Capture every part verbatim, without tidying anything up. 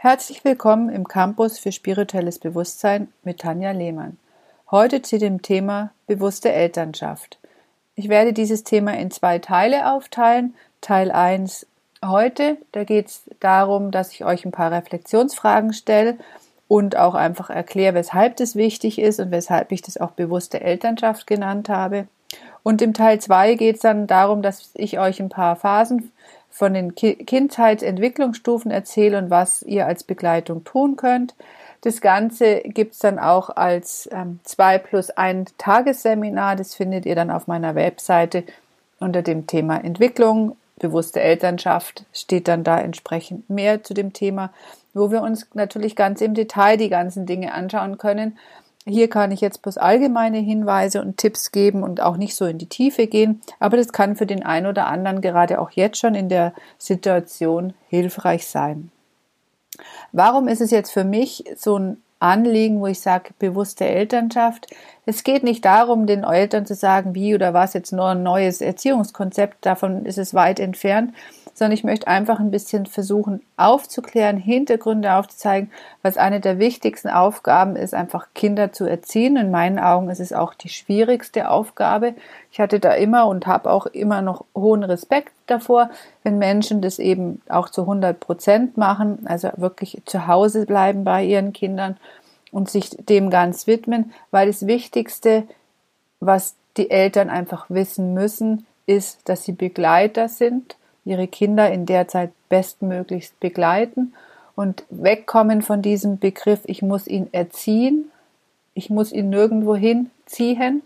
Herzlich willkommen im Campus für spirituelles Bewusstsein mit Tanja Lehmann. Heute zu dem Thema bewusste Elternschaft. Ich werde dieses Thema in zwei Teile aufteilen. Teil eins heute, da geht es darum, dass ich euch ein paar Reflexionsfragen stelle und auch einfach erkläre, weshalb das wichtig ist und weshalb ich das auch bewusste Elternschaft genannt habe. Und im Teil zwei geht es dann darum, dass ich euch ein paar Phasen von den Kindheitsentwicklungsstufen erzähle und was ihr als Begleitung tun könnt. Das Ganze gibt es dann auch als ähm, zwei plus ein Tagesseminar. Das findet ihr dann auf meiner Webseite unter dem Thema Entwicklung. Bewusste Elternschaft steht dann da entsprechend mehr zu dem Thema, wo wir uns natürlich ganz im Detail die ganzen Dinge anschauen können. Hier kann ich jetzt bloß allgemeine Hinweise und Tipps geben und auch nicht so in die Tiefe gehen, aber das kann für den einen oder anderen gerade auch jetzt schon in der Situation hilfreich sein. Warum ist es jetzt für mich so ein Anliegen, wo ich sage, bewusste Elternschaft? Es geht nicht darum, den Eltern zu sagen, wie oder was jetzt nur ein neues Erziehungskonzept, davon ist es weit entfernt, sondern ich möchte einfach ein bisschen versuchen aufzuklären, Hintergründe aufzuzeigen, was eine der wichtigsten Aufgaben ist, einfach Kinder zu erziehen. In meinen Augen ist es auch die schwierigste Aufgabe. Ich hatte da immer und habe auch immer noch hohen Respekt davor, wenn Menschen das eben auch zu hundert Prozent machen, also wirklich zu Hause bleiben bei ihren Kindern und sich dem ganz widmen, weil das Wichtigste, was die Eltern einfach wissen müssen, ist, dass sie Begleiter sind, ihre Kinder in der Zeit bestmöglichst begleiten und wegkommen von diesem Begriff, ich muss ihn erziehen, ich muss ihn nirgendwo hinziehen.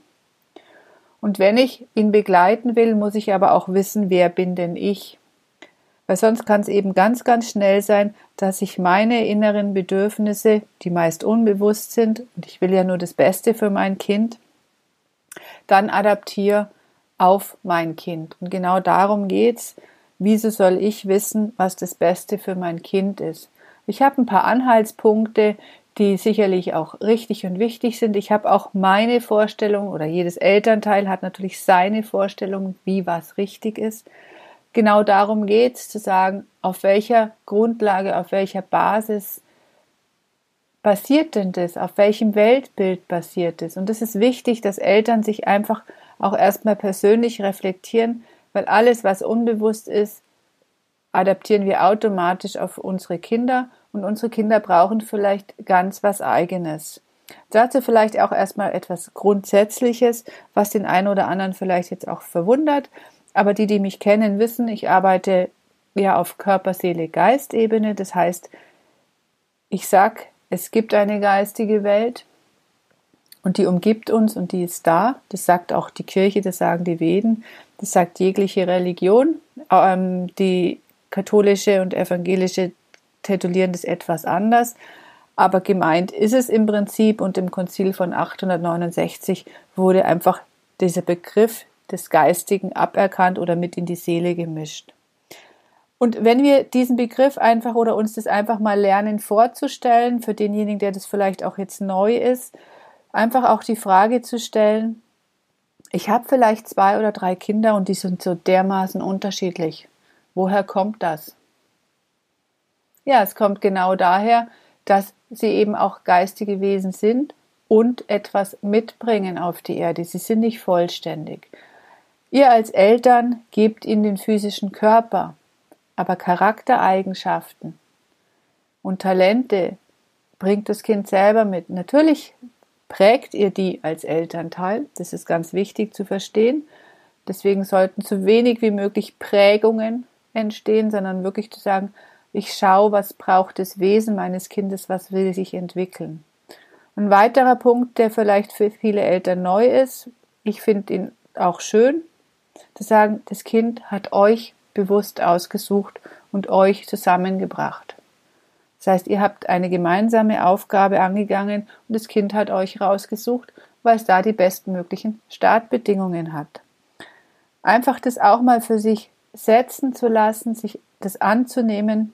Und wenn ich ihn begleiten will, muss ich aber auch wissen, wer bin denn ich? Weil sonst kann es eben ganz, ganz schnell sein, dass ich meine inneren Bedürfnisse, die meist unbewusst sind, und ich will ja nur das Beste für mein Kind, dann adaptiere auf mein Kind. Und genau darum geht's. Wieso soll ich wissen, was das Beste für mein Kind ist? Ich habe ein paar Anhaltspunkte, die sicherlich auch richtig und wichtig sind. Ich habe auch meine Vorstellung oder jedes Elternteil hat natürlich seine Vorstellung, wie was richtig ist. Genau darum geht es, zu sagen, auf welcher Grundlage, auf welcher Basis basiert denn das? Auf welchem Weltbild basiert es? Und das ist wichtig, dass Eltern sich einfach auch erstmal persönlich reflektieren, weil alles, was unbewusst ist, adaptieren wir automatisch auf unsere Kinder und unsere Kinder brauchen vielleicht ganz was Eigenes. Dazu vielleicht auch erstmal etwas Grundsätzliches, was den einen oder anderen vielleicht jetzt auch verwundert, aber die, die mich kennen, wissen, ich arbeite ja auf Körper, Seele, Geist-Ebene, das heißt, ich sag, es gibt eine geistige Welt und die umgibt uns und die ist da. Das sagt auch die Kirche, das sagen die Veden, das sagt jegliche Religion. Ähm, die katholische und evangelische titulieren das etwas anders. Aber gemeint ist es im Prinzip und im Konzil von achthundertneunundsechzig wurde einfach dieser Begriff des Geistigen aberkannt oder mit in die Seele gemischt. Und wenn wir diesen Begriff einfach oder uns das einfach mal lernen vorzustellen, für denjenigen, der das vielleicht auch jetzt neu ist, einfach auch die Frage zu stellen, ich habe vielleicht zwei oder drei Kinder und die sind so dermaßen unterschiedlich. Woher kommt das? Ja, es kommt genau daher, dass sie eben auch geistige Wesen sind und etwas mitbringen auf die Erde. Sie sind nicht vollständig. Ihr als Eltern gebt ihnen den physischen Körper, aber Charaktereigenschaften und Talente bringt das Kind selber mit. Natürlich prägt ihr die als Elternteil. Das ist ganz wichtig zu verstehen. Deswegen sollten so wenig wie möglich Prägungen entstehen, sondern wirklich zu sagen, ich schaue, was braucht das Wesen meines Kindes, was will sich entwickeln. Ein weiterer Punkt, der vielleicht für viele Eltern neu ist, ich finde ihn auch schön, zu sagen, das Kind hat euch bewusst ausgesucht und euch zusammengebracht. Das heißt, ihr habt eine gemeinsame Aufgabe angegangen und das Kind hat euch rausgesucht, weil es da die bestmöglichen Startbedingungen hat. Einfach das auch mal für sich setzen zu lassen, sich das anzunehmen.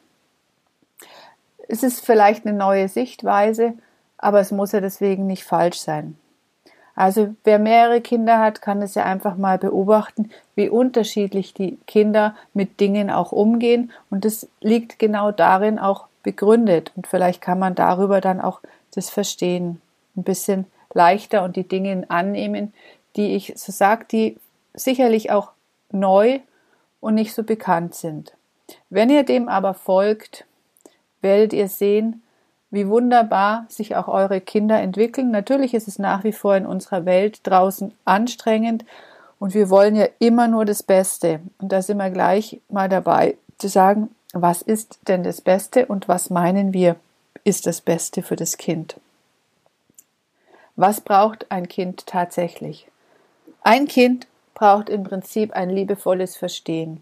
Es ist vielleicht eine neue Sichtweise, aber es muss ja deswegen nicht falsch sein. Also wer mehrere Kinder hat, kann es ja einfach mal beobachten, wie unterschiedlich die Kinder mit Dingen auch umgehen. Und das liegt genau darin auch, begründet. Und vielleicht kann man darüber dann auch das Verstehen ein bisschen leichter und die Dinge annehmen, die ich so sage, die sicherlich auch neu und nicht so bekannt sind. Wenn ihr dem aber folgt, werdet ihr sehen, wie wunderbar sich auch eure Kinder entwickeln. Natürlich ist es nach wie vor in unserer Welt draußen anstrengend und wir wollen ja immer nur das Beste. Und da sind wir gleich mal dabei zu sagen, was ist denn das Beste und was meinen wir ist das Beste für das Kind? Was braucht ein Kind tatsächlich? Ein Kind braucht im Prinzip ein liebevolles Verstehen.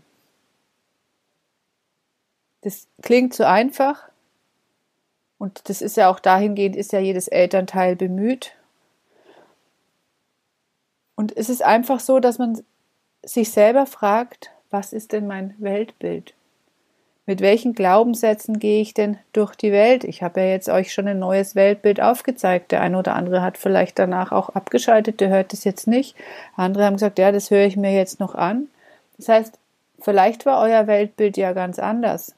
Das klingt so einfach und das ist ja auch dahingehend, ist ja jedes Elternteil bemüht. Und es ist einfach so, dass man sich selber fragt, was ist denn mein Weltbild? Mit welchen Glaubenssätzen gehe ich denn durch die Welt? Ich habe ja jetzt euch schon ein neues Weltbild aufgezeigt. Der eine oder andere hat vielleicht danach auch abgeschaltet, der hört es jetzt nicht. Andere haben gesagt, ja, das höre ich mir jetzt noch an. Das heißt, vielleicht war euer Weltbild ja ganz anders.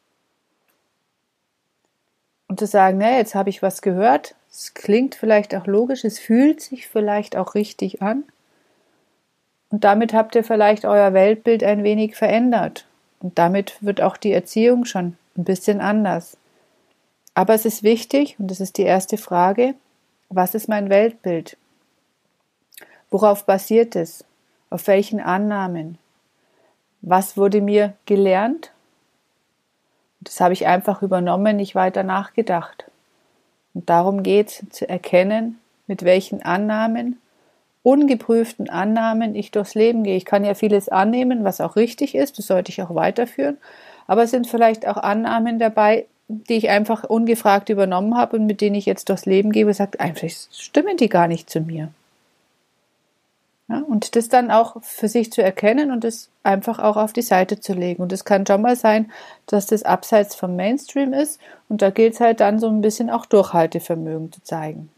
Und zu sagen, ne, jetzt habe ich was gehört, es klingt vielleicht auch logisch, es fühlt sich vielleicht auch richtig an. Und damit habt ihr vielleicht euer Weltbild ein wenig verändert. Und damit wird auch die Erziehung schon ein bisschen anders. Aber es ist wichtig, und das ist die erste Frage, was ist mein Weltbild? Worauf basiert es? Auf welchen Annahmen? Was wurde mir gelernt? Das habe ich einfach übernommen, nicht weiter nachgedacht. Und darum geht es, zu erkennen, mit welchen Annahmen, ungeprüften Annahmen ich durchs Leben gehe. Ich kann ja vieles annehmen, was auch richtig ist, das sollte ich auch weiterführen, aber es sind vielleicht auch Annahmen dabei, die ich einfach ungefragt übernommen habe und mit denen ich jetzt durchs Leben gehe und sage, einfach stimmen die gar nicht zu mir. Ja, und das dann auch für sich zu erkennen und das einfach auch auf die Seite zu legen. Und es kann schon mal sein, dass das abseits vom Mainstream ist und da gilt es halt dann so ein bisschen auch Durchhaltevermögen zu zeigen.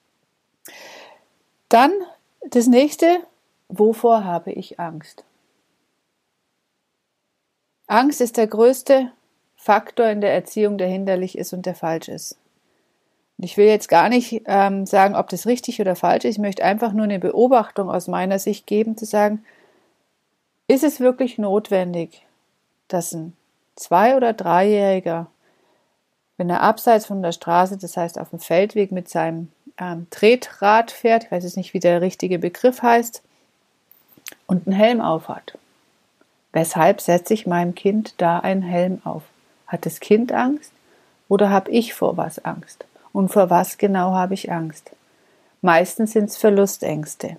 Dann das nächste, wovor habe ich Angst? Angst ist der größte Faktor in der Erziehung, der hinderlich ist und der falsch ist. Ich will jetzt gar nicht ähm, sagen, ob das richtig oder falsch ist. Ich möchte einfach nur eine Beobachtung aus meiner Sicht geben, zu sagen, ist es wirklich notwendig, dass ein Zwei- oder Dreijähriger, wenn er abseits von der Straße, das heißt auf dem Feldweg mit seinem ähm, Tretrad fährt, ich weiß jetzt nicht, wie der richtige Begriff heißt, und einen Helm aufhat. Weshalb setze ich meinem Kind da einen Helm auf? Hat das Kind Angst oder habe ich vor was Angst? Und vor was genau habe ich Angst? Meistens sind es Verlustängste.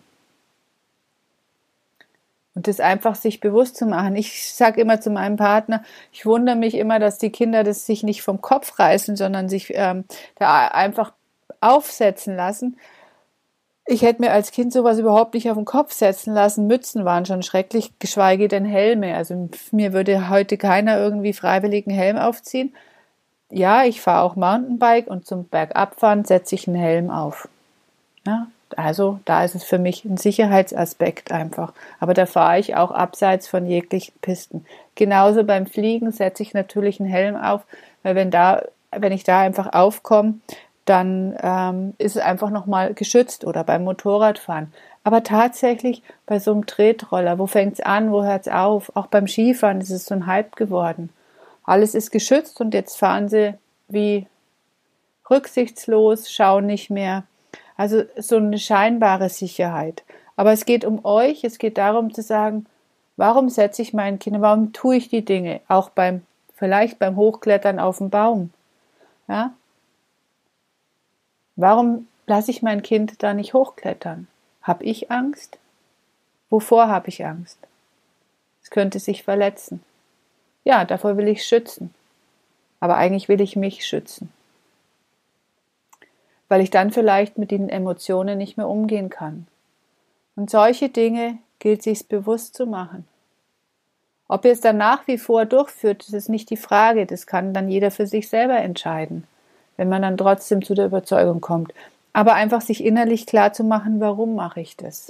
Und das einfach sich bewusst zu machen. Ich sage immer zu meinem Partner, ich wundere mich immer, dass die Kinder das sich nicht vom Kopf reißen, sondern sich ähm, da einfach aufsetzen lassen. Ich hätte mir als Kind sowas überhaupt nicht auf den Kopf setzen lassen. Mützen waren schon schrecklich, geschweige denn Helme. Also mir würde heute keiner irgendwie freiwillig einen Helm aufziehen. Ja, ich fahre auch Mountainbike und zum Bergabfahren setze ich einen Helm auf. Ja, also da ist es für mich ein Sicherheitsaspekt einfach. Aber da fahre ich auch abseits von jeglichen Pisten. Genauso beim Fliegen setze ich natürlich einen Helm auf, weil wenn da, wenn ich da einfach aufkomme, dann ähm, ist es einfach nochmal geschützt oder beim Motorradfahren. Aber tatsächlich bei so einem Tretroller, wo fängt es an, wo hört es auf? Auch beim Skifahren ist es so ein Hype geworden. Alles ist geschützt und jetzt fahren sie wie rücksichtslos, schauen nicht mehr. Also so eine scheinbare Sicherheit. Aber es geht um euch, es geht darum zu sagen, warum setze ich meinen Kindern, warum tue ich die Dinge? Auch beim, vielleicht beim Hochklettern auf den Baum. Ja? Warum lasse ich mein Kind da nicht hochklettern? Habe ich Angst? Wovor habe ich Angst? Es könnte sich verletzen. Ja, davor will ich schützen. Aber eigentlich will ich mich schützen. Weil ich dann vielleicht mit den Emotionen nicht mehr umgehen kann. Und solche Dinge gilt sich bewusst zu machen. Ob ihr es dann nach wie vor durchführt, das ist nicht die Frage. Das kann dann jeder für sich selber entscheiden, wenn man dann trotzdem zu der Überzeugung kommt. Aber einfach sich innerlich klar zu machen, warum mache ich das?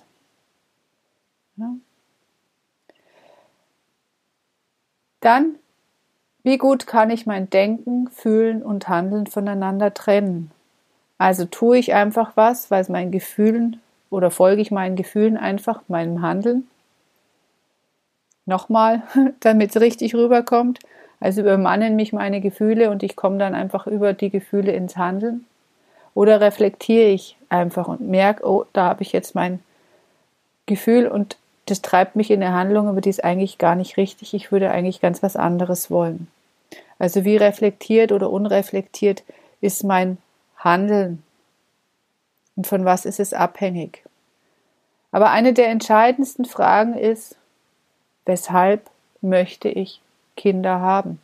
Ja. Dann Wie gut kann ich mein Denken, Fühlen und Handeln voneinander trennen? Also tue ich einfach was, weil es meinen Gefühlen oder folge ich meinen Gefühlen einfach, meinem Handeln? Nochmal, damit es richtig rüberkommt. Also übermannen mich meine Gefühle und ich komme dann einfach über die Gefühle ins Handeln. Oder reflektiere ich einfach und merke, oh, da habe ich jetzt mein Gefühl und das treibt mich in eine Handlung, aber die ist eigentlich gar nicht richtig. Ich würde eigentlich ganz was anderes wollen. Also wie reflektiert oder unreflektiert ist mein Handeln und von was ist es abhängig? Aber eine der entscheidendsten Fragen ist, weshalb möchte ich Kinder haben?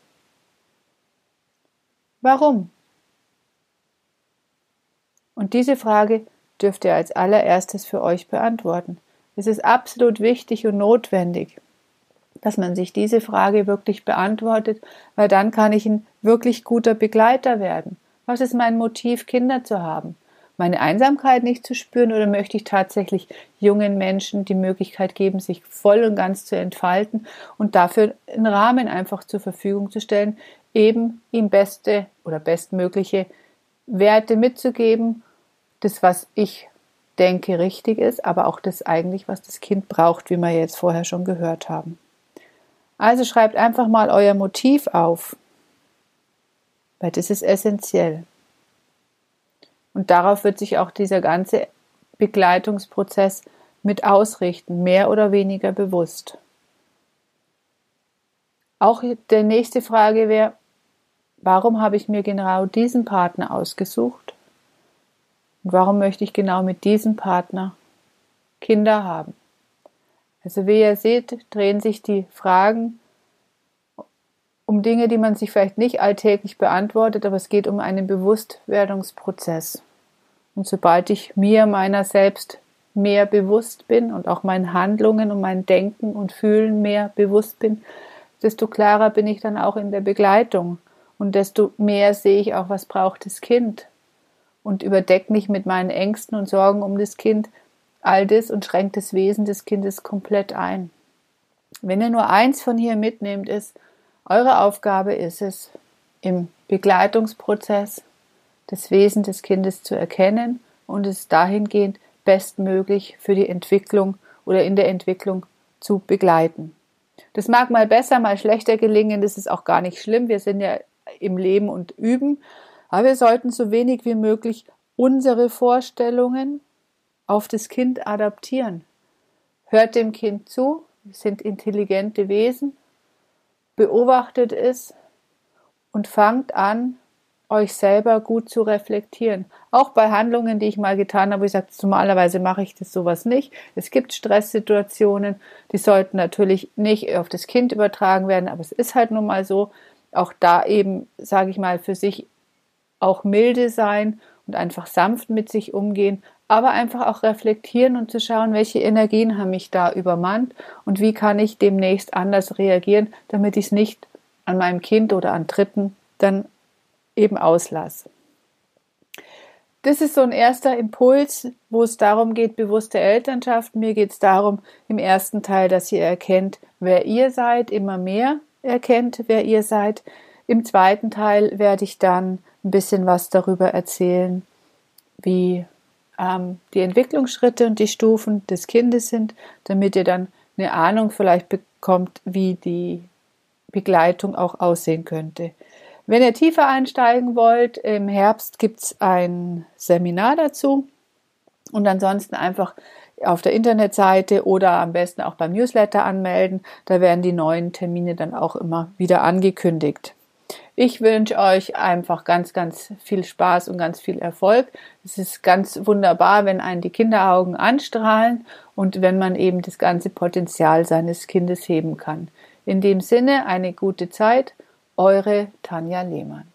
Warum? Und diese Frage dürft ihr als allererstes für euch beantworten. Es ist absolut wichtig und notwendig, dass man sich diese Frage wirklich beantwortet, weil dann kann ich ein wirklich guter Begleiter werden. Was ist mein Motiv, Kinder zu haben? Meine Einsamkeit nicht zu spüren oder möchte ich tatsächlich jungen Menschen die Möglichkeit geben, sich voll und ganz zu entfalten und dafür einen Rahmen einfach zur Verfügung zu stellen, eben ihm beste oder bestmögliche Werte mitzugeben, das, was ich denke, richtig ist, aber auch das eigentlich, was das Kind braucht, wie wir jetzt vorher schon gehört haben. Also schreibt einfach mal euer Motiv auf, weil das ist essentiell. Und darauf wird sich auch dieser ganze Begleitungsprozess mit ausrichten, mehr oder weniger bewusst. Auch die nächste Frage wäre, warum habe ich mir genau diesen Partner ausgesucht? Und warum möchte ich genau mit diesem Partner Kinder haben? Also wie ihr seht, drehen sich die Fragen um Dinge, die man sich vielleicht nicht alltäglich beantwortet, aber es geht um einen Bewusstwerdungsprozess. Und sobald ich mir meiner selbst mehr bewusst bin und auch meinen Handlungen und mein Denken und Fühlen mehr bewusst bin, desto klarer bin ich dann auch in der Begleitung und desto mehr sehe ich auch, was braucht das Kind und überdecke mich mit meinen Ängsten und Sorgen um das Kind all das und schränke das Wesen des Kindes komplett ein. Wenn ihr nur eins von hier mitnehmt, ist, eure Aufgabe ist es, im Begleitungsprozess das Wesen des Kindes zu erkennen und es dahingehend bestmöglich für die Entwicklung oder in der Entwicklung zu begleiten. Das mag mal besser, mal schlechter gelingen, das ist auch gar nicht schlimm, wir sind ja im Leben und üben, aber wir sollten so wenig wie möglich unsere Vorstellungen auf das Kind adaptieren. Hört dem Kind zu, wir sind intelligente Wesen, beobachtet es und fangt an, euch selber gut zu reflektieren. Auch bei Handlungen, die ich mal getan habe, wo ich sage, normalerweise mache ich das sowas nicht. Es gibt Stresssituationen, die sollten natürlich nicht auf das Kind übertragen werden, aber es ist halt nun mal so, auch da eben, sage ich mal, für sich auch milde sein und einfach sanft mit sich umgehen, aber einfach auch reflektieren und zu schauen, welche Energien haben mich da übermannt und wie kann ich demnächst anders reagieren, damit ich es nicht an meinem Kind oder an Dritten dann eben auslasse. Das ist so ein erster Impuls, wo es darum geht, bewusste Elternschaft. Mir geht es darum, im ersten Teil, dass ihr erkennt, wer ihr seid, immer mehr erkennt, wer ihr seid. Im zweiten Teil werde ich dann ein bisschen was darüber erzählen, wie ähm, die Entwicklungsschritte und die Stufen des Kindes sind, damit ihr dann eine Ahnung vielleicht bekommt, wie die Begleitung auch aussehen könnte. Wenn ihr tiefer einsteigen wollt, im Herbst gibt es ein Seminar dazu und ansonsten einfach auf der Internetseite oder am besten auch beim Newsletter anmelden. Da werden die neuen Termine dann auch immer wieder angekündigt. Ich wünsche euch einfach ganz, ganz viel Spaß und ganz viel Erfolg. Es ist ganz wunderbar, wenn einen die Kinderaugen anstrahlen und wenn man eben das ganze Potenzial seines Kindes heben kann. In dem Sinne, eine gute Zeit. Eure Tanja Lehmann.